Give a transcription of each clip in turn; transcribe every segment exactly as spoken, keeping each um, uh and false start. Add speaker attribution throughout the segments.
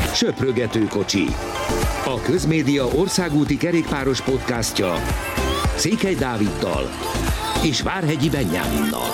Speaker 1: Söprögető kocsi. A Közmédia országúti kerékpáros podcastja Székely Dáviddal és Várhegyi Benyáminnal.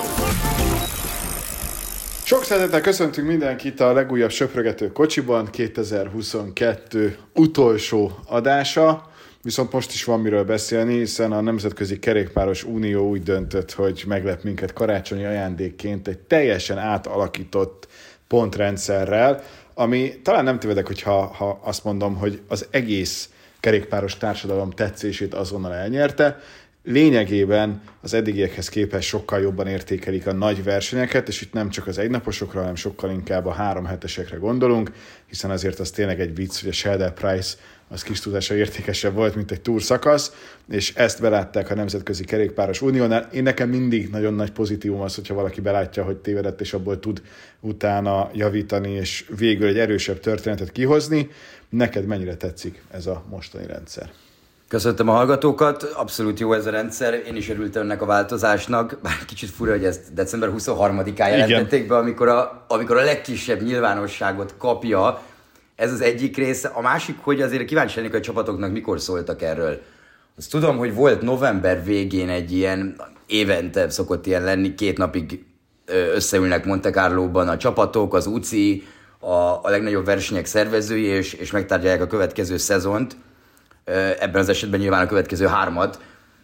Speaker 2: Sok szeretettel köszöntünk mindenkit a legújabb Söprögető kocsiban, kétezer-huszonkettő utolsó adása. Viszont most is van miről beszélni, hiszen a Nemzetközi Kerékpáros Unió úgy döntött, hogy meglep minket karácsonyi ajándékként egy teljesen átalakított pontrendszerrel, ami talán nem tévedek, hogyha ha azt mondom, hogy az egész kerékpáros társadalom tetszését azonnal elnyerte. Lényegében az eddigiekhez képest sokkal jobban értékelik a nagy versenyeket, és itt nem csak az egynaposokra, hanem sokkal inkább a három hetesekre gondolunk, hiszen azért az tényleg egy vicc, hogy a Sheldon Price az kis tudása értékesebb volt, mint egy túr szakasz, és ezt belátták a Nemzetközi Kerékpáros Uniónál. Én nekem mindig nagyon nagy pozitívum az, hogyha valaki belátja, hogy tévedett, és abból tud utána javítani, és végül egy erősebb történetet kihozni. Neked mennyire tetszik ez a mostani rendszer?
Speaker 3: Köszöntöm a hallgatókat, abszolút jó ez a rendszer, én is örültem ennek a változásnak, bár kicsit fura, hogy ezt december huszonharmadikán jelentették be, amikor a, amikor a legkisebb nyilvánosságot kapja. Ez az egyik része. A másik, hogy azért kíváncsi lennék, hogy a csapatoknak mikor szóltak erről. Azt tudom, hogy volt november végén egy ilyen, évente szokott ilyen lenni, két napig összeülnek Monte Carlóban a csapatok, az u cé i, a, a legnagyobb versenyek szervezői, és, és megtárgyalják a következő szezont. Ebben az esetben nyilván a következő hármat,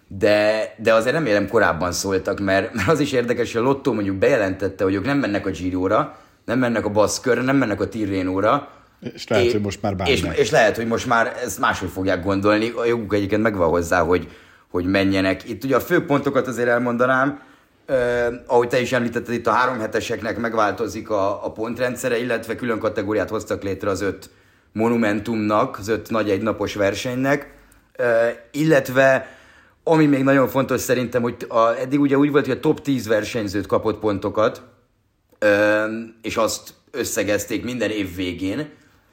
Speaker 3: de, de azért remélem korábban szóltak, mert, mert az is érdekes, hogy a Lotto mondjuk bejelentette, hogy ők nem mennek a Giróra, nem mennek a Baszkörre, nem mennek a Tirrenóra.
Speaker 2: És lehet, és, hogy most már bármilyen.
Speaker 3: És, és lehet, hogy most már ezt máshogy fogják gondolni. A joguk egyébként megvan hozzá, hogy, hogy menjenek. Itt ugye a fő pontokat azért elmondanám, eh, ahogy te is említetted, itt a három heteseknek megváltozik a, a pontrendszere, illetve külön kategóriát hoztak létre az öt monumentumnak, az öt nagy egynapos versenynek, eh, illetve ami még nagyon fontos szerintem, hogy a, eddig ugye úgy volt, hogy a top tíz versenyzőt kapott pontokat, eh, és azt összegezték minden év végén,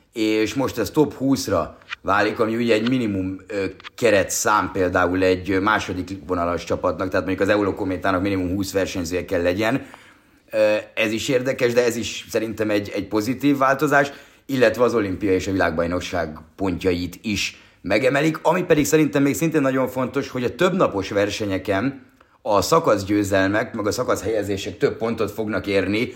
Speaker 3: és most ez top húszra válik, ami ugye egy minimum ö, keretszám például egy második vonalas csapatnak, tehát mondjuk az Eurokométának minimum húsz versenyzője kell legyen. Ö, ez is érdekes, de ez is szerintem egy, egy pozitív változás, illetve az olimpia és a világbajnokság pontjait is megemelik, ami pedig szerintem még szintén nagyon fontos, hogy a többnapos versenyeken a szakaszgyőzelmek, meg a szakaszhelyezések több pontot fognak érni,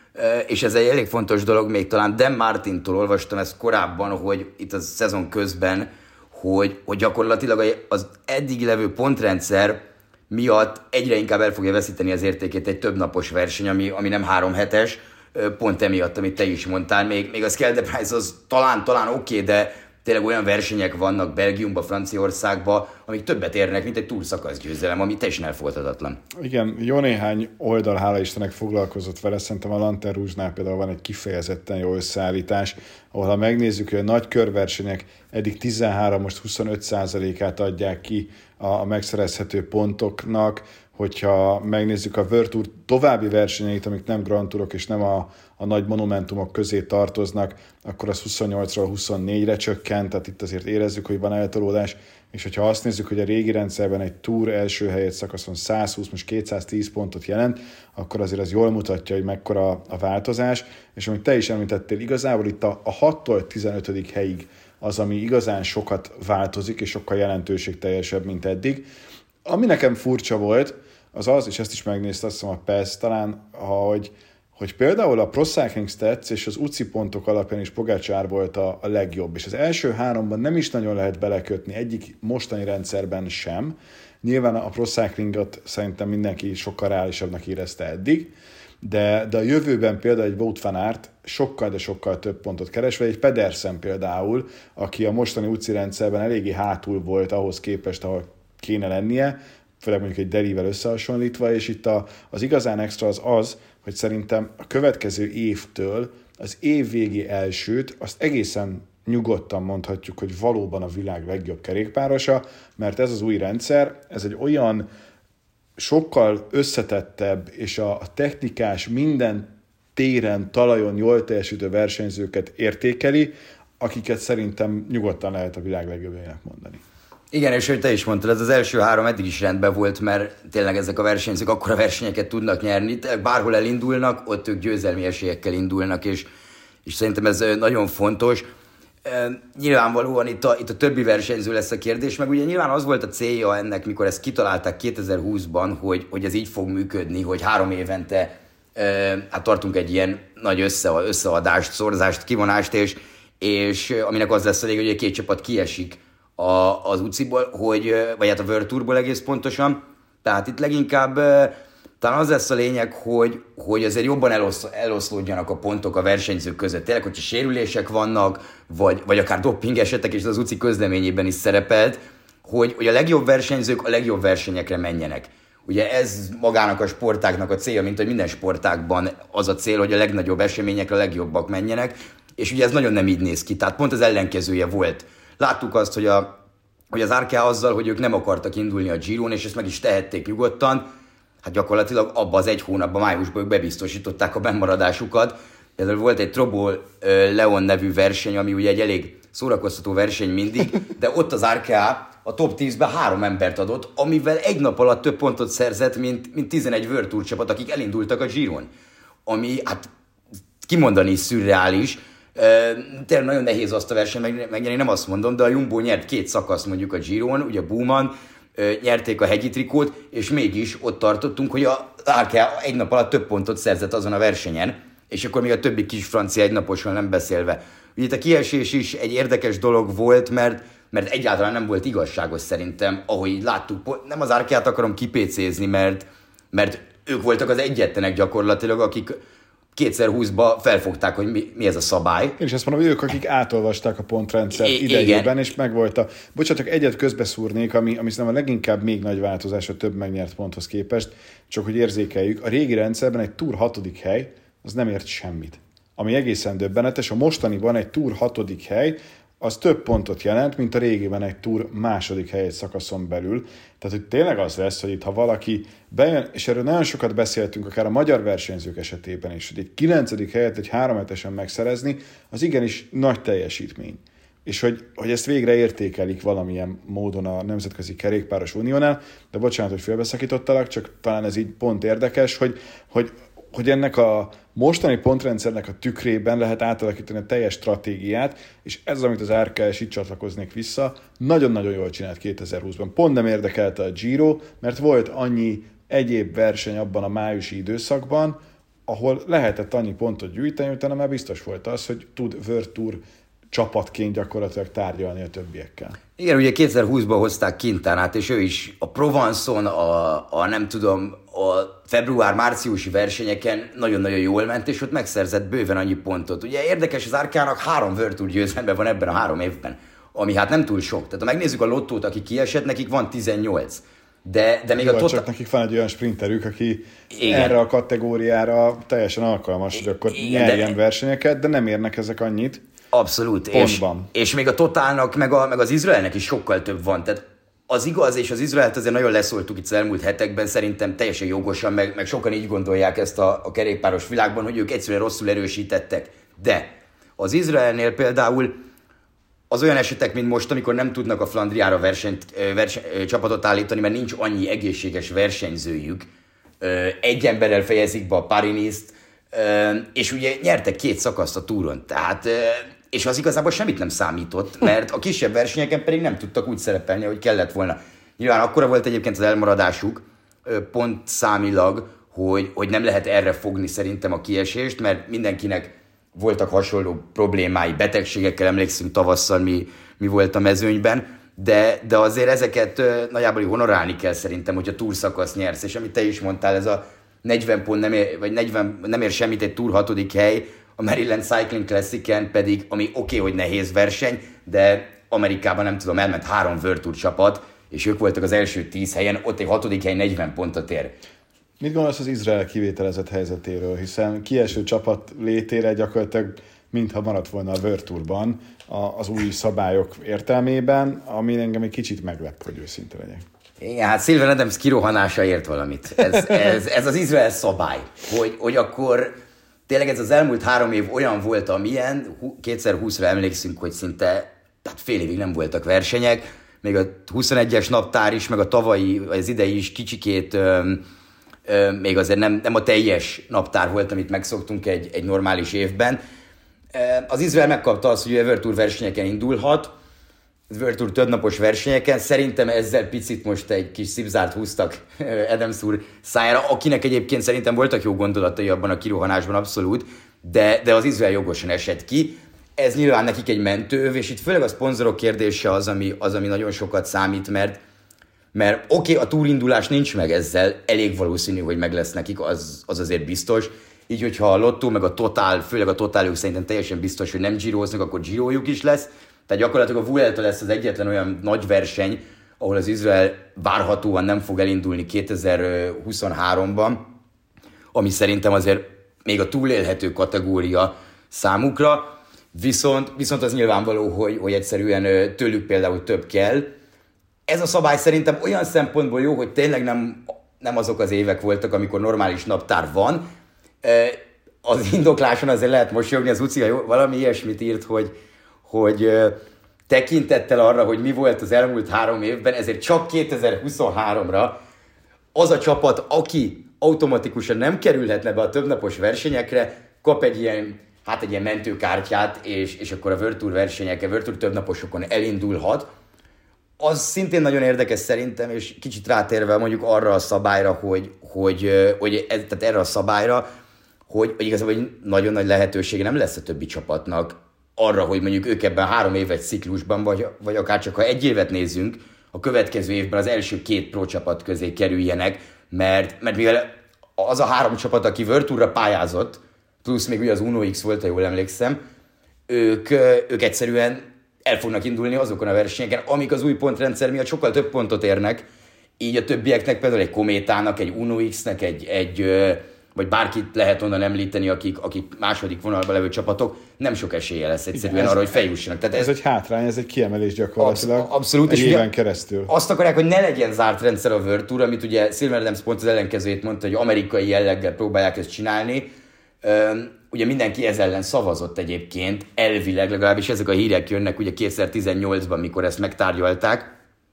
Speaker 3: és ez egy elég fontos dolog, még talán Dan Martintól olvastam ezt korábban, hogy itt a szezon közben, hogy, hogy gyakorlatilag az eddigi levő pontrendszer miatt egyre inkább el fogja veszíteni az értékét egy többnapos verseny, ami, ami nem három hetes, pont emiatt, amit te is mondtál. Még, még a Scalde Price az talán, talán oké, okay, de tényleg olyan versenyek vannak Belgiumban, Franciaországban, amik többet érnek, mint egy túrszakaszgyőzelem, ami teljesen elfogadhatatlan.
Speaker 2: Igen, jó néhány oldal, hála Istennek foglalkozott vele, szerintem a Lanterne Rouge-nál például van egy kifejezetten jó összeállítás, ahol ha megnézzük, hogy a nagy körversenyek eddig tizenhárom, most huszonöt százalékát adják ki a, a megszerezhető pontoknak, hogyha megnézzük a World Tour további versenyeit, amik nem Grand Tourok és nem a, a nagy monumentumok közé tartoznak, akkor az huszonnyolcról huszonnégyre csökkent, tehát itt azért érezzük, hogy van eltolódás, és hogyha azt nézzük, hogy a régi rendszerben egy Tour első helyet szakaszon száz húsz, most kétszáztíz pontot jelent, akkor azért az jól mutatja, hogy mekkora a változás, és amit te is említettél, igazából itt a, a hattól tizenötödik helyig az, ami igazán sokat változik, és sokkal jelentőségteljesebb, mint eddig. Ami nekem furcsa volt, az az, és ezt is megnézte, azt hiszem a PES talán, hogy, hogy például a Pro Cycling Stats és az u cé i pontok alapján is Pogačar volt a, a legjobb, és az első háromban nem is nagyon lehet belekötni, egyik mostani rendszerben sem. Nyilván a Pro Cyclingot szerintem mindenki sokkal reálisabbnak érezte eddig, de, de a jövőben például egy Wout van Aert sokkal, de sokkal több pontot keres, vagy egy Pedersen például, aki a mostani u cé i rendszerben eléggé hátul volt ahhoz képest, ahol kéne lennie, főleg mondjuk egy Delivel összehasonlítva, és itt a, az igazán extra az az, hogy szerintem a következő évtől az év végi elsőt, azt egészen nyugodtan mondhatjuk, hogy valóban a világ legjobb kerékpárosa, mert ez az új rendszer, ez egy olyan sokkal összetettebb, és a, a technikás minden téren, talajon jól teljesítő versenyzőket értékeli, akiket szerintem nyugodtan lehet a világ legjobbjának mondani.
Speaker 3: Igen, és hogy te is mondtad, ez az első három eddig is rendben volt, mert tényleg ezek a versenyzők akkora versenyeket tudnak nyerni, bárhol elindulnak, ott ők győzelmi esélyekkel indulnak, és, és szerintem ez nagyon fontos. Nyilvánvalóan itt a, itt a többi versenyző lesz a kérdés, meg ugye nyilván az volt a célja ennek, mikor ezt kitalálták kétezer-húszban, hogy, hogy ez így fog működni, hogy három évente hát tartunk egy ilyen nagy össze, összeadást, szorzást, kivonást, és, és aminek az lesz a lég, hogy két csapat kiesik a, az u cé i-ból, hogy, vagy hát a World Tourból egész pontosan. Tehát itt leginkább talán az lesz a lényeg, hogy, hogy azért jobban elosz, eloszlódjanak a pontok a versenyzők között. Tényleg, hogyha sérülések vannak, vagy, vagy akár doping esetek, és az u cé i közleményében is szerepelt, hogy, hogy a legjobb versenyzők a legjobb versenyekre menjenek. Ugye ez magának a sportágnak a célja, mint hogy minden sportágban az a cél, hogy a legnagyobb eseményekre a legjobbak menjenek, és ugye ez nagyon nem így néz ki, tehát pont az ellenkezője volt. Láttuk azt, hogy, a, hogy az Arkea azzal, hogy ők nem akartak indulni a Giron, és ezt meg is tehették nyugodtan, hát gyakorlatilag abban az egy hónapban, májusban ők bebiztosították a bennmaradásukat. Például volt egy Trobo Leon nevű verseny, ami ugye egy elég szórakoztató verseny mindig, de ott az Arkea a top tízben három embert adott, amivel egy nap alatt több pontot szerzett, mint, mint tizenegy World Tour csapat, akik elindultak a Giron. Ami, hát kimondani is szürreális. Tényleg nagyon nehéz azt a versenyt megnyerni, nem azt mondom, de a Jumbo nyert két szakaszt mondjuk a Giron, ugye Bowman, nyerték a hegyi trikót, és mégis ott tartottunk, hogy a Arkea egy nap alatt több pontot szerzett azon a versenyen, és akkor még a többi kis francia egynaposról nem beszélve. Ugye itt a kiesés is egy érdekes dolog volt, mert, mert egyáltalán nem volt igazságos szerintem, ahogy így láttuk. Nem az Arkeát akarom kipécézni, mert, mert ők voltak az egyetlenek gyakorlatilag, akik kétezer-húszban felfogták, hogy mi, mi ez a szabály.
Speaker 2: Én is azt mondom, hogy ők, akik átolvasták a pontrendszert
Speaker 3: I-
Speaker 2: idejében,
Speaker 3: igen.
Speaker 2: és megvolt a... Bocsánat, csak egyet közbeszúrnék, ami, ami szerintem a leginkább még nagy változás a több megnyert ponthoz képest, csak hogy érzékeljük. A régi rendszerben egy Tour hatodik hely, az nem ért semmit. Ami egészen döbbenetes, a mostaniban egy Tour hatodik hely, az több pontot jelent, mint a régiben egy Tour második hely egy szakaszon belül. Tehát, hogy tényleg az lesz, hogy itt ha valaki bejön, és erről nagyon sokat beszéltünk, akár a magyar versenyzők esetében is, hogy egy kilencedik helyet egy három hetesen megszerezni, az igenis nagy teljesítmény. És hogy, hogy ezt végre értékelik valamilyen módon a Nemzetközi Kerékpáros Uniónál, de bocsánat, hogy félbeszakítottalak, csak talán ez így pont érdekes, hogy, hogy hogy ennek a mostani pontrendszernek a tükrében lehet átalakítani a teljes stratégiát, és ez az, amit az Arkea, és itt csatlakoznék vissza, nagyon-nagyon jól csinált kétezer-húszban. Pont nem érdekelte a Giro, mert volt annyi egyéb verseny abban a májusi időszakban, ahol lehetett annyi pontot gyűjteni, utána már biztos volt az, hogy tud World Tour csapatként gyakorlatilag tárgyalni a többiekkel.
Speaker 3: Igen, ugye kétezer-húszban hozták Quintanát, és ő is a Provence-on, a, a nem tudom, a február-márciusi versenyeken nagyon-nagyon jól ment, és ott megszerzett bőven annyi pontot. Ugye érdekes, az Arkeának három World Tour győzelme van ebben a három évben, ami hát nem túl sok. Tehát ha megnézzük a lottót, aki kiesett, nekik van tizennyolc. De, de még
Speaker 2: Jó,
Speaker 3: a tota...
Speaker 2: csak nekik van egy olyan sprinterük, aki
Speaker 3: igen.
Speaker 2: erre a kategóriára teljesen alkalmas, hogy akkor
Speaker 3: igen,
Speaker 2: nyerjen
Speaker 3: de...
Speaker 2: versenyeket, de nem érnek ezek annyit.
Speaker 3: Abszolút, és, és még a Totálnak, meg, a, meg az Izraelnek is sokkal több van. Tehát az igaz, és az Izraelt azért nagyon leszóltuk itt az elmúlt hetekben, szerintem teljesen jogosan, meg, meg sokan így gondolják ezt a, a kerékpáros világban, hogy ők egyszerűen rosszul erősítettek. De az Izraelnél például az olyan esetek, mint most, amikor nem tudnak a Flandriára versenyt, verseny, csapatot állítani, mert nincs annyi egészséges versenyzőjük, egy emberrel fejezik be a Paris-Nice-t, és ugye nyertek két szakaszt a túron. Tehát... és az igazából semmit nem számított, mert a kisebb versenyeken pedig nem tudtak úgy szerepelni, ahogy kellett volna. Nyilván akkora volt egyébként az elmaradásuk, pont számilag, hogy, hogy nem lehet erre fogni szerintem a kiesést, mert mindenkinek voltak hasonló problémái, betegségekkel, emlékszünk tavasszal mi, mi volt a mezőnyben, de, de azért ezeket nagyjából honorálni kell szerintem, hogyha túrszakasz nyersz, és amit te is mondtál, ez a negyven pont nem ér, vagy negyven nem ér semmit egy túr hatodik hely, a Maryland Cycling Classic-en pedig, ami oké, okay, hogy nehéz verseny, de Amerikában nem tudom, elment három World Tour csapat, és ők voltak az első tíz helyen, ott egy hatodik hely negyven pontot ér.
Speaker 2: Mit gondolsz az Izrael kivételezett helyzetéről? Hiszen kieső csapat létére gyakorlatilag mintha maradt volna a World Tourban az új szabályok értelmében, ami engem egy kicsit meglep, hogy őszinte legyek.
Speaker 3: Igen, hát Sylvain Adams kirohanása ért valamit. Ez, ez, ez az Izrael szabály, hogy, hogy akkor tényleg ez az elmúlt három év olyan volt, amilyen, kétezer-húszra emlékszünk, hogy szinte tehát fél évig nem voltak versenyek, még a huszonegyes naptár is, meg a tavalyi, vagy az idei is kicsikét, ö, ö, még azért nem, nem a teljes naptár volt, amit megszoktunk egy, egy normális évben. Az Izrael megkapta azt, hogy a World Tour versenyeken indulhat, az World Tour többnapos versenyeken. Szerintem ezzel picit most egy kis szipzárt húztak Adams úr szájára, akinek egyébként szerintem voltak jó gondolatai abban a kirohanásban abszolút, de, de az Izrael jogosan esett ki. Ez nyilván nekik egy mentőöv, és itt főleg a szponzorok kérdése az, ami, az, ami nagyon sokat számít, mert, mert oké, okay, a túrindulás nincs meg ezzel, elég valószínű, hogy meg lesz nekik, az, az azért biztos. Így, hogyha a Lotto, meg a Total, főleg a Total, ők szerintem teljesen biztos, hogy nem Giróznak, akkor Girójuk is lesz. Tehát gyakorlatilag a Vuelta lesz az egyetlen olyan nagy verseny, ahol az Izrael várhatóan nem fog elindulni kétezer-huszonháromban, ami szerintem azért még a túlélhető kategória számukra, viszont, viszont az nyilvánvaló, hogy, hogy egyszerűen tőlük például több kell. Ez a szabály szerintem olyan szempontból jó, hogy tényleg nem, nem azok az évek voltak, amikor normális naptár van. Az indokláson azért lehet mosolyogni, az Uci valami ilyesmit írt, hogy hogy tekintettel arra, hogy mi volt az elmúlt három évben, ezért csak kétezer-huszonháromra az a csapat, aki automatikusan nem kerülhetne be a többnapos versenyekre, kap egy ilyen, hát egy ilyen mentőkártyát, és, és akkor a World Tour versenyekre, World Tour többnaposokon elindulhat. Az szintén nagyon érdekes szerintem, és kicsit rátérve mondjuk arra a szabályra, hogy, hogy, hogy ez, tehát erre a szabályra, hogy, hogy igazából egy nagyon nagy lehetősége nem lesz a többi csapatnak arra, hogy mondjuk ők ebben három éves ciklusban, vagy, vagy akár csak ha egy évet nézzünk, a következő évben az első két pro csapat közé kerüljenek, mert, mert mivel az a három csapat, aki World Tourra pályázott, plusz még ugye az Uno X volt, ha jól emlékszem, ők, ők egyszerűen el fognak indulni azokon a versenyeken, amik az új pontrendszer miatt sokkal több pontot érnek, így a többieknek például egy Kométának, egy Uno X-nek, egy, egy vagy bárkit lehet onnan említeni, akik, akik második vonalban levő csapatok, nem sok esélye lesz egyszerűen ez, arra, hogy feljussanak. Tehát
Speaker 2: ez, ez egy hátrány, ez egy kiemelés gyakorlatilag.
Speaker 3: Absz- abszolút,
Speaker 2: egy
Speaker 3: és
Speaker 2: éven keresztül.
Speaker 3: Azt akarják, hogy ne legyen zárt rendszer a World Tour, amit ugye Silver Adams pont az ellenkezőjét mondta, hogy amerikai jelleggel próbálják ezt csinálni. Üm, ugye mindenki ez ellen szavazott egyébként, elvileg, legalábbis ezek a hírek jönnek ugye kétezer-tizennyolcban, mikor ezt megtárgyalták.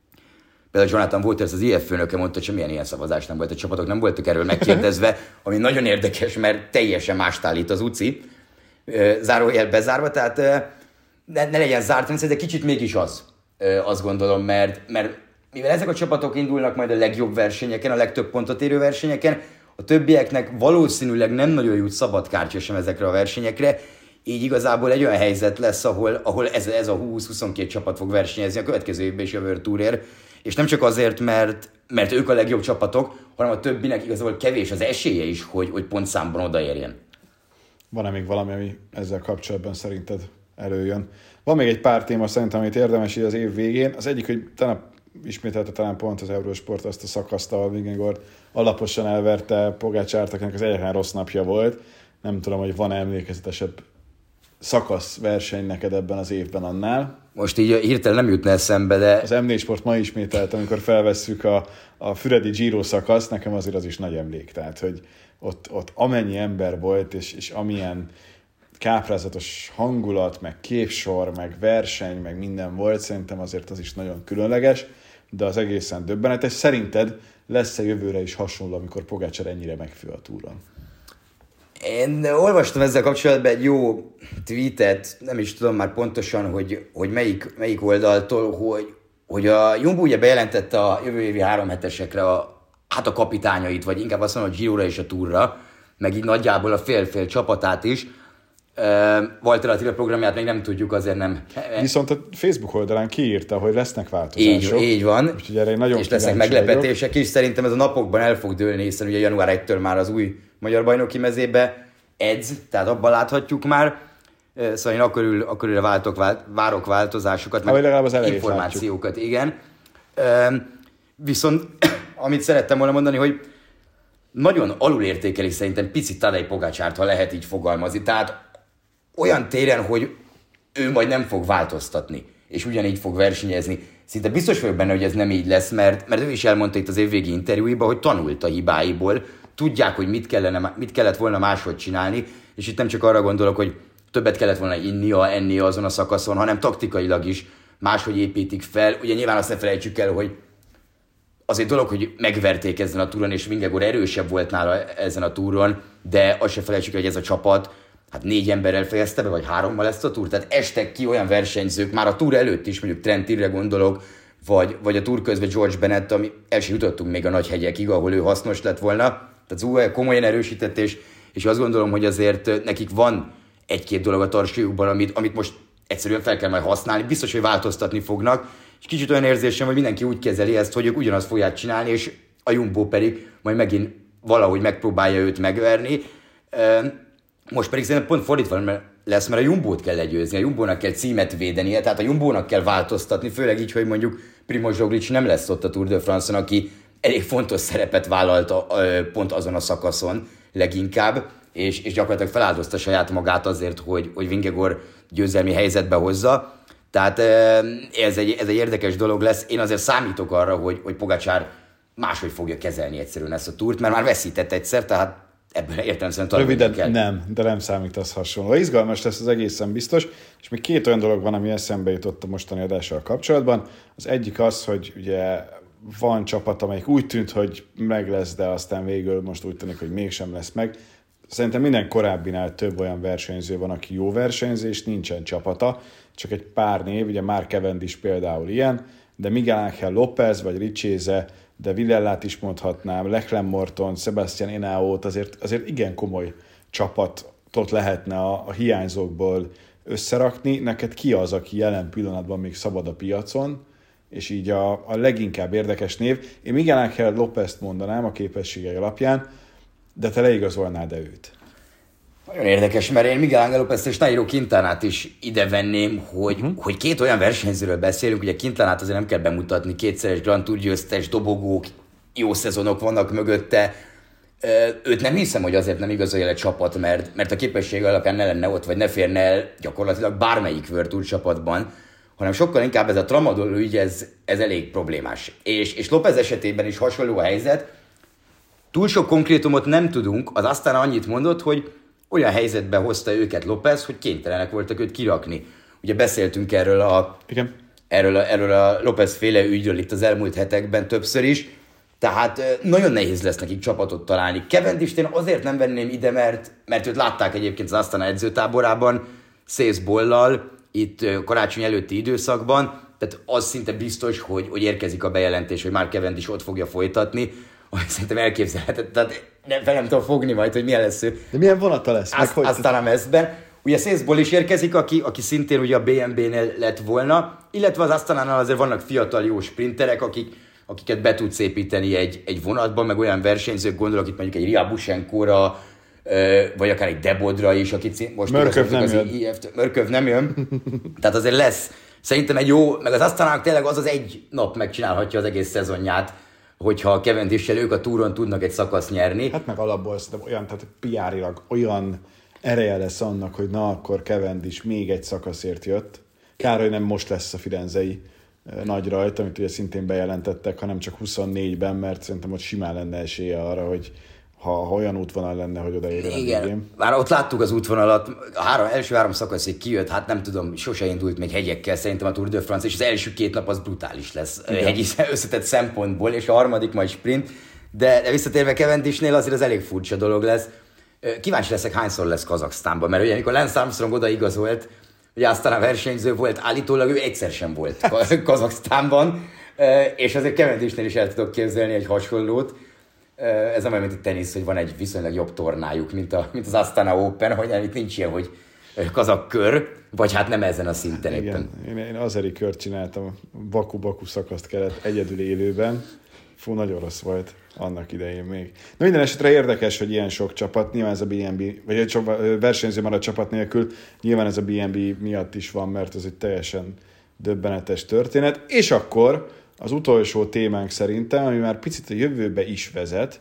Speaker 3: Például Jonathan Waters, az i ef főnöke mondta, hogy semmilyen ilyen szavazás nem volt, a csapatok nem voltak erről megkérdezve, ami nagyon érdekes, mert teljesen mást állít az Uci, zárójel bezárva, tehát ne, ne legyen zárt rendszer, de kicsit mégis az, azt gondolom, mert, mert mivel ezek a csapatok indulnak majd a legjobb versenyeken, a legtöbb pontot érő versenyeken, a többieknek valószínűleg nem nagyon jut szabad kártya sem ezekre a versenyekre, így igazából egy olyan helyzet lesz, ahol, ahol ez, ez a húsz-huszonkét csapat fog versenyezni a következő évben is a World Tourért, és nem csak azért, mert, mert ők a legjobb csapatok, hanem a többinek igazából kevés az esélye is, hogy, hogy pontszámban odaérjen.
Speaker 2: Van-e még valami, ami ezzel kapcsolatban szerinted előjön? Van még egy pár téma szerintem, amit érdemes így az év végén. Az egyik, hogy talán ismételte talán pont az Eurosport azt a szakaszt, ahol Vingegaard alaposan elverte Pogácsárt, akinek az egyetlen rossz napja volt. Nem tudom, hogy van-e emlékezetesebb szakasz verseny neked ebben az évben annál.
Speaker 3: Most így hirtelen nem jutna eszembe, de...
Speaker 2: Az em négy Sport ma ismételt, amikor felvesszük a, a Füredi Giro szakaszt, nekem azért az is nagy emlék. Tehát, hogy ott, ott amennyi ember volt, és, és amilyen káprázatos hangulat, meg képsor, meg verseny, meg minden volt, szerintem azért az is nagyon különleges, de az egészen döbbenetes. Szerinted lesz-e jövőre is hasonló, amikor Pogácsár ennyire megfő a túron?
Speaker 3: Én olvastam ezzel kapcsolatban egy jó tweetet, nem is tudom már pontosan, hogy, hogy melyik, melyik oldaltól, hogy, hogy a Jumbo ugye bejelentette a jövő évi három hetesekre a, hát a kapitányait, vagy inkább azt mondom, a Girora és a Tourra, meg így nagyjából a fél-fél csapatát is. Walter Attila programját még nem tudjuk, azért nem.
Speaker 2: Viszont a Facebook oldalán kiírta, hogy lesznek változások.
Speaker 3: Így, így van,
Speaker 2: úgyhogy erre nagyon
Speaker 3: és lesznek meglepetések vagyok is. Szerintem ez a napokban el fog dőlni, hiszen ugye január elsejétől már az új magyar bajnoki mezébe edz, tehát abban láthatjuk már. Szóval én akkor, ül, akkor ül váltok, vált, várok változásokat, meg információkat, látjuk. Igen. Viszont amit szerettem volna mondani, hogy nagyon alulértékelik szerintem picit Tadej Pogácsárt, ha lehet így fogalmazni. Tehát olyan téren, hogy ő majd nem fog változtatni, és ugyanígy fog versenyezni. Szinte biztos vagyok benne, hogy ez nem így lesz, mert, mert ő is elmondta itt az évvégi interjúiban, hogy tanult a hibáiból, tudják, hogy mit, kellene, mit kellett volna máshogy csinálni, és itt nem csak arra gondolok, hogy többet kellett volna innia, ennia azon a szakaszon, hanem taktikailag is máshogy építik fel. Ugye nyilván azt ne felejtsük el, hogy azért dolog, hogy megverték ezen a túron, és Vingegaard erősebb volt nála ezen a túron, de azt se felejtsük, hogy ez a csapat, hát négy emberrel fejezte be, vagy hárommal ezt a túrt. Tehát estek ki olyan versenyzők, már a túr előtt is, mondjuk Trent Tirre gondolok, vagy, vagy a túr közben George Bennett, ami el sem jutottunk még a nagy hegyekig, ahol ő hasznos lett volna. Tehát az u á e komolyan erősített, és, és azt gondolom, hogy azért nekik van egy-két dolog a tartsajukban, amit, amit most egyszerűen fel kell majd használni. Biztos, hogy változtatni fognak, és kicsit olyan érzésem, hogy mindenki úgy kezeli ezt, hogy ők ugyanazt fogják csinálni, és a Jumbo pedig majd megint valahogy megpróbálja őt megverni. Most pedig szerintem pont fordítva lesz, mert a Jumbót kell legyőzni, a Jumbónak kell címet védenie, tehát a Jumbónak kell változtatni, főleg így, hogy mondjuk Primož Roglič nem lesz ott a Tour de France-on, aki elég fontos szerepet vállalt a, a, pont azon a szakaszon leginkább, és, és gyakorlatilag feláldozta saját magát azért, hogy, hogy Vingegaard győzelmi helyzetbe hozza. Tehát ez egy, ez egy érdekes dolog lesz. Én azért számítok arra, hogy, hogy Pogačar máshogy fogja kezelni egyszerűen ezt a túrt, mert már veszített egyszer, tehát ebből értelemszerűen tanulni kell.
Speaker 2: Röviden nem, de nem számítasz hasonló. Izgalmas lesz az egészen biztos, és még két olyan dolog van, ami eszembe jutott a mostani adással kapcsolatban. Az egyik az, hogy ugye van csapat, amelyik úgy tűnt, hogy meg lesz, de aztán végül most úgy tűnik, hogy mégsem lesz meg. Szerintem minden korábbinál több olyan versenyző van, aki jó versenyző, és nincsen csapata. Csak egy pár név, ugye Mark Cavendish például ilyen, de Miguel Ángel López vagy Richese, de Villellát is mondhatnám, Lachlan Morton, Sebastian Henao-t, azért, azért igen komoly csapatot lehetne a, a hiányzókból összerakni. Neked ki az, aki jelen pillanatban még szabad a piacon, és így a, a leginkább érdekes név? Én Miguel Ángel Lópezt mondanám a képességei alapján, de te leigazolnád-e őt?
Speaker 3: Nagyon érdekes, mert én Miguel Ángel Lópezt és Nairo Quintanát is ide venném, hogy, uh-huh. hogy két olyan versenyzőről beszélünk, ugye Quintanát azért nem kell bemutatni, kétszeres Grand Tour győztes, dobogók, jó szezonok vannak mögötte. Őt nem hiszem, hogy azért nem igazolja egy csapat, mert, mert a képessége alapján ne lenne ott, vagy ne férne el gyakorlatilag bármelyik World Tour csapatban, hanem sokkal inkább ez a tramadol ügy, ez, ez elég problémás. És, és López esetében is hasonló a helyzet. Túl sok konkrétumot nem tudunk, az aztán annyit mondott, hogy olyan helyzetben hozta őket López, hogy kénytelenek voltak őt kirakni. Ugye beszéltünk erről a,
Speaker 2: Igen.
Speaker 3: erről a, erről a López féle ügyről itt az elmúlt hetekben többször is, tehát nagyon nehéz lesz nekik csapatot találni. Cavendisht én azért nem venném ide, mert, mert őt látták egyébként az Astana edzőtáborában, Szészbollal, itt karácsony előtti időszakban, tehát az szinte biztos, hogy, hogy érkezik a bejelentés, hogy már Cavendish ott fogja folytatni, hogy szerintem elképzelhetett, tehát nem, fel nem tudom fogni majd, hogy milyen lesz ő.
Speaker 2: De milyen vonata lesz?
Speaker 3: Azt, aztán a mezben. Ugye Szészból is érkezik, aki, aki szintén ugye a bé em bé-nél lett volna, illetve az Astanánál azért vannak fiatal jó sprinterek, akik, akiket be tudsz építeni egy, egy vonatban, meg olyan versenyzők, gondolok itt mondjuk egy Riabusenkóra, vagy akár egy Debodra is, akit most
Speaker 2: Mörköv nem jön.
Speaker 3: í ef-től. Mörköv nem jön. Tehát azért lesz. Szerintem egy jó, meg az Astanának tényleg az az egy nap megcsinálhatja az egész szezonját, hogyha a Cavendish-sel ők a túron tudnak egy szakaszt nyerni.
Speaker 2: Hát meg alapból szerintem olyan, tehát pé er-ilag olyan ereje lesz annak, hogy na akkor Cavendish még egy szakaszért jött. Kár, hogy nem most lesz a firenzei nagy rajt, amit ugye szintén bejelentettek, hanem csak huszonnégyben, mert szerintem ott simán lenne esélye arra, hogy ha, ha olyan útvonal lenne, hogy odaérjen a végén.
Speaker 3: Már ott láttuk az útvonalat, a három, első három szakaszig kijött, hát nem tudom, sose indult még hegyekkel szerintem a Tour de France, és az első két nap az brutális lesz igen. hegyi összetett szempontból, és a harmadik majd sprint, de, de visszatérve Cavendishnél azért az elég furcsa dolog lesz. Kíváncsi leszek, hányszor lesz Kazaksztánban, mert ugye amikor Lance Armstrong odaigazolt, ugye aztán a versenyző volt, állítólag ő egyszer sem volt Kazaksztánban, és azért Cavendishnél is el tudok képzelni egy hasonlót. Ez nem olyan, mint a tenisz, hogy van egy viszonylag jobb tornájuk, mint, a, mint az Astana Open, hogy itt nincs ilyen, hogy kazak kör, vagy hát nem ezen a szinten éppen.
Speaker 2: Igen, én, én azeri kört csináltam, Baku-Baku szakaszt kellett egyedül élőben. Fú, nagyon rossz volt annak idején még. Na minden esetre érdekes, hogy ilyen sok csapat, nyilván ez a bé em bé, vagy egy versenyző marad csapat nélkül, nyilván ez a bé em bé miatt is van, mert ez egy teljesen döbbenetes történet. És akkor az utolsó témánk szerintem, ami már picit a jövőbe is vezet,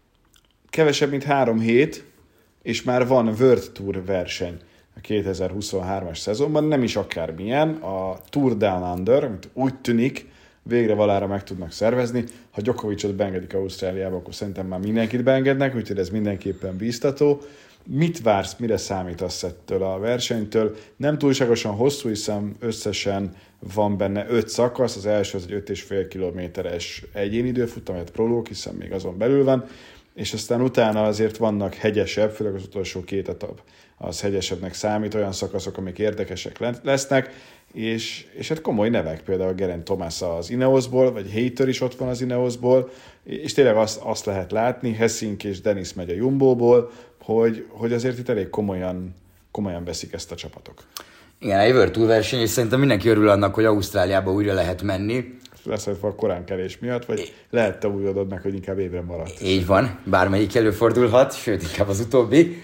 Speaker 2: kevesebb, mint három hét, és már van World Tour verseny a kétezer-huszonhármas szezonban, nem is akármilyen, a Tour Down Under, amit úgy tűnik, végre valára meg tudnak szervezni. Ha Djokovicot beengedik Ausztráliába, akkor szerintem már mindenkit beengednek, úgyhogy ez mindenképpen bíztató. Mit vársz, mire számítasz ettől a versenytől? Nem túlságosan hosszú, hiszen összesen van benne öt szakasz, az első az egy öt és fél kilométeres egyéni időfutam, amelyet prológ, hiszen még azon belül van, és aztán utána azért vannak hegyesebb, főleg az utolsó két etap, az hegyesebbnek számít, olyan szakaszok, amik érdekesek lesznek, és, és hát komoly nevek, például Geraint Thomas az Ineosból, vagy Hayter is ott van az Ineosból, és tényleg azt, azt lehet látni, Hessink és Dennis megy a Jumbo-ból, hogy, hogy azért itt elég komolyan, komolyan veszik ezt a csapatok.
Speaker 3: Igen, a Ever Tour verseny, és szerintem mindenki örül annak, hogy Ausztráliába újra lehet menni.
Speaker 2: Lesz, hogy a koránkelés miatt, vagy lehet te úgy adod meg, hogy inkább évre maradt.
Speaker 3: Így van, bármelyik előfordulhat, sőt, inkább az utóbbi.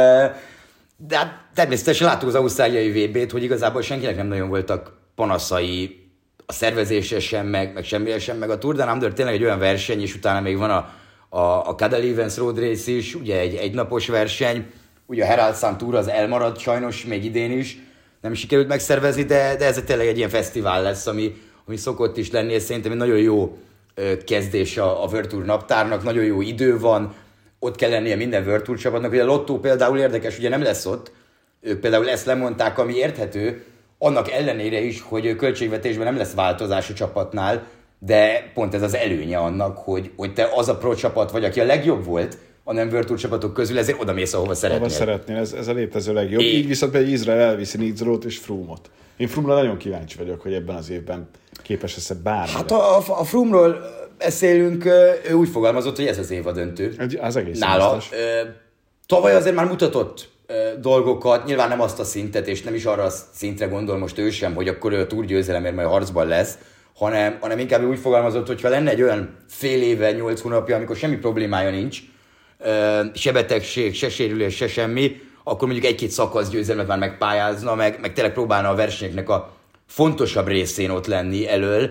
Speaker 3: De hát természetesen láttuk az ausztráliai vé bét, hogy igazából senkinek nem nagyon voltak panaszai a szervezésre sem, meg, meg semmire sem, meg a Tour Down Under tényleg egy olyan verseny, és utána még van a, a, a Cadel Evans Road Race is, ugye egy egynapos verseny, ugye a Herald Sun Tour az elmaradt sajnos még idén is, nem sikerült megszervezni, de, de ez tényleg egy ilyen fesztivál lesz, ami, ami szokott is lenni, és szerintem egy nagyon jó kezdés a, a World Tour naptárnak, nagyon jó idő van, ott kell lennie minden World Tour csapatnak, ugye a Lotto például érdekes, ugye nem lesz ott, ők például ezt lemondták, ami érthető, annak ellenére is, hogy költségvetésben nem lesz változás a csapatnál, de pont ez az előnye annak, hogy, hogy te az a pro csapat vagy, aki a legjobb volt a nem World Tour csapatok közül, ezért oda mész, ahova szeretnél.
Speaker 2: Ahova szeretnél, ez, ez a létező legjobb. É... Így viszont például Izrael elviszi Nidzrót és Froome-ot. Én Froome-ra nagyon kíváncsi vagyok, hogy ebben az évben képes lesz-e bármire.
Speaker 3: Hát a, a Froome-ról beszélünk, ő úgy fogalmazott, hogy ez az év a döntő.
Speaker 2: Az egész
Speaker 3: nála. Tavaly azért már mutatott dolgokat, nyilván nem azt a szintet, és nem is arra a szintre gondol most ő sem, hogy akkor ő a Tour győzelemért majd harcban lesz, hanem, hanem inkább úgy fogalmazott, hogyha lenne egy olyan fél éve, nyolc hónapja, amikor semmi problémája nincs, se betegség, se sérülés, se semmi, akkor mondjuk egy-két szakasz győzelmet már megpályázna, meg, meg tényleg próbálna a versenyeknek a fontosabb részén ott lenni elől,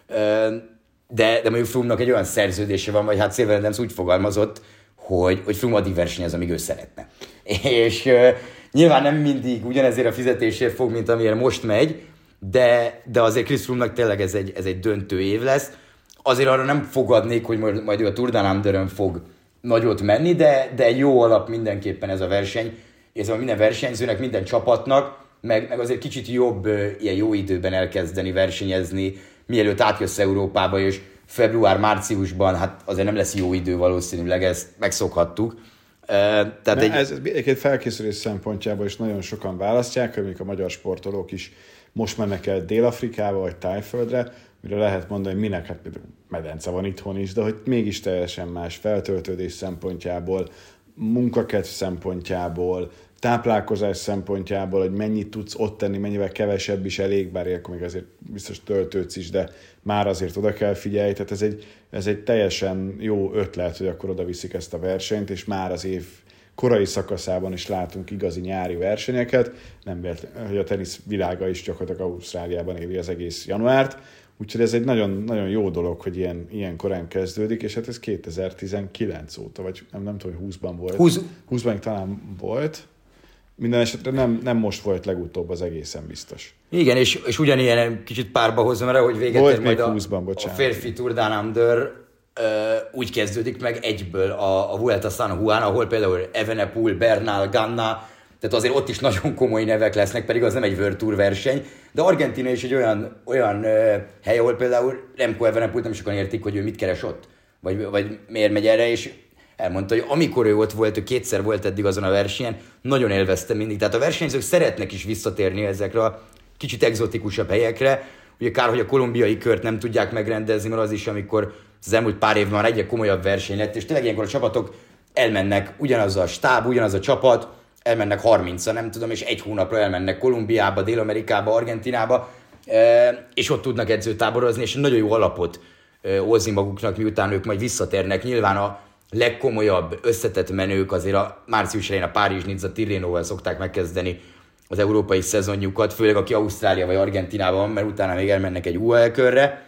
Speaker 3: de, de mondjuk Froome-nak egy olyan szerződése van, vagy hát Szilveren Dems úgy fogalmazott, hogy, hogy Froome addig versenyez, amíg ő szeretne. És uh, nyilván nem mindig ugyanezért a fizetésért fog, mint amilyen most megy, de, de azért Chris Froome-nak tényleg ez egy, ez egy döntő év lesz. Azért arra nem fogadnék, hogy majd, majd ő a Tour Down Under-ön fog nagyot menni, de, de egy jó alap mindenképpen ez a verseny. Ez a minden versenyzőnek, minden csapatnak, meg, meg azért kicsit jobb uh, ilyen jó időben elkezdeni versenyezni, mielőtt átjössz Európába, és február-márciusban, hát azért nem lesz jó idő valószínűleg, ezt megszokhattuk. Uh, tehát egy...
Speaker 2: Ez egyébként felkészülés szempontjából is nagyon sokan választják, hogy a magyar sportolók is most mennek el Dél-Afrikába vagy Tájföldre, mire lehet mondani, hogy minek, hát medence van itthon is, de hogy mégis teljesen más feltöltődés szempontjából, munkakedv szempontjából, táplálkozás szempontjából, hogy mennyit tudsz ott tenni, mennyivel kevesebb is elég, bár ilyenkor még azért biztos töltődsz is, de már azért oda kell figyelj. Tehát ez egy, ez egy teljesen jó ötlet, hogy akkor oda viszik ezt a versenyt, és már az év korai szakaszában is látunk igazi nyári versenyeket. Nem véletlen, hogy a tenisz világa is gyakorlatilag Ausztráliában éli az egész januárt. Úgyhogy ez egy nagyon, nagyon jó dolog, hogy ilyen, ilyen korán kezdődik, és hát ez kétezer-tizenkilenc óta, vagy nem, nem tudom, hogy húszban volt.
Speaker 3: húsz
Speaker 2: húszban talán volt. Minden esetre nem, nem most volt legutóbb, az egészen biztos.
Speaker 3: Igen, és, és ugyanilyen kicsit párba hozom erre, hogy véget ér majd a, a férfi Tour Down Under uh, úgy kezdődik meg egyből a, a Vuelta San Juan, ahol például Evenepoel, Bernal, Ganna, tehát azért ott is nagyon komoly nevek lesznek, pedig az nem egy World Tour verseny, de Argentína is egy olyan, olyan uh, hely, ahol például Remco Evenepoel nem sokan értik, hogy ő mit keres ott, vagy, vagy miért megy erre, és elmondta, hogy amikor ő ott volt, ő kétszer volt eddig azon a versenyen, nagyon élvezte mindig. Tehát a versenyzők szeretnek is visszatérni ezekre a kicsit egzotikusabb helyekre. Ugye kár, hogy a kolumbiai kört nem tudják megrendezni, mert az is, amikor az elmúlt pár évben már egyre komolyabb verseny lett, és tényleg ilyenkor a csapatok elmennek, ugyanaz a stáb, ugyanaz a csapat, elmennek harmincan, nem tudom, és egy hónapra elmennek Kolumbiába, Dél-Amerikába, Argentinába, és ott tudnak edzőtáborozni, és nagyon jó alapot hozni maguknak, miután ők majd visszatérnek. Nyilván a legkomolyabb összetett menők azért a március elején a Párizs-Nizza Tirrenóval szokták megkezdeni az európai szezonjukat, főleg aki Ausztrália vagy Argentinában van, mert utána még elmennek egy u á el-körre,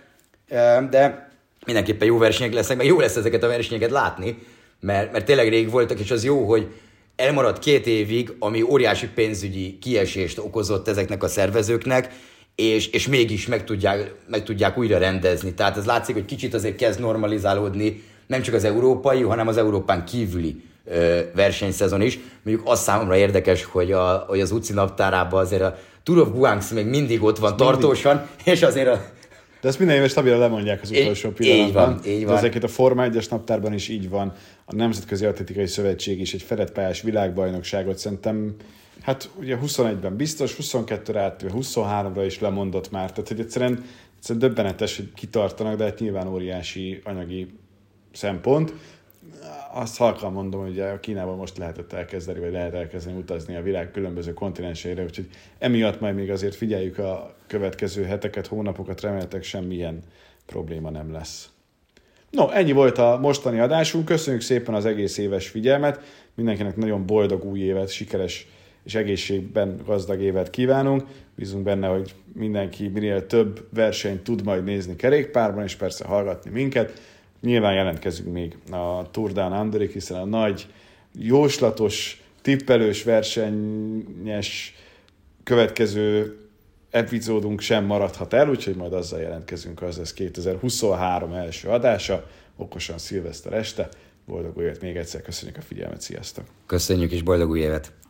Speaker 3: de mindenképpen jó versenyek lesznek, meg jó lesz ezeket a versenyeket látni, mert, mert tényleg rég voltak, és az jó, hogy elmaradt két évig, ami óriási pénzügyi kiesést okozott ezeknek a szervezőknek, és, és mégis meg tudják, meg tudják újra rendezni. Tehát ez látszik, hogy kicsit azért kezd normalizálódni, nem csak az európai, hanem az Európán kívüli ö, versenyszezon is. Mondjuk az számomra érdekes, hogy, a, hogy az u cé i naptárában azért a Tour of Guangxi még mindig ott van mindig. Tartósan, és azért a
Speaker 2: De ezt minden éves stabilan lemondják az utolsó pillanatban.
Speaker 3: Így van, így van.
Speaker 2: De ezeket a Forma egyes naptárban is így van. A Nemzetközi Atletikai Szövetség is egy fedett pályás világbajnokságot szerintem, hát ugye huszonegyben biztos, huszonkettőre átvéve, huszonháromra is lemondott már. Tehát, hogy egyszerűen, egyszerűen döbbenetes, hogy kitartanak, de hát nyilván óriási anyagi szempont. Azt halkan mondom, hogy a Kínában most lehetett elkezdeni, vagy lehet elkezdeni utazni a világ különböző kontinenseire, úgyhogy emiatt majd még azért figyeljük a következő heteket, hónapokat, reméltek semmilyen probléma nem lesz. No, ennyi volt a mostani adásunk, köszönjük szépen az egész éves figyelmet, mindenkinek nagyon boldog új évet, sikeres és egészségben gazdag évet kívánunk, bízunk benne, hogy mindenki minél több versenyt tud majd nézni kerékpárban, és persze hallgatni minket. Nyilván jelentkezünk még a Tour Down Underig, hiszen a nagy, jóslatos, tippelős, versenyes következő epizódunk sem maradhat el, úgyhogy majd azzal jelentkezünk, az lesz kétezer-huszonhárom első adása, okosan szilveszter este. Boldog új évet még egyszer, köszönjük a figyelmet, sziasztok!
Speaker 3: Köszönjük és boldog új évet!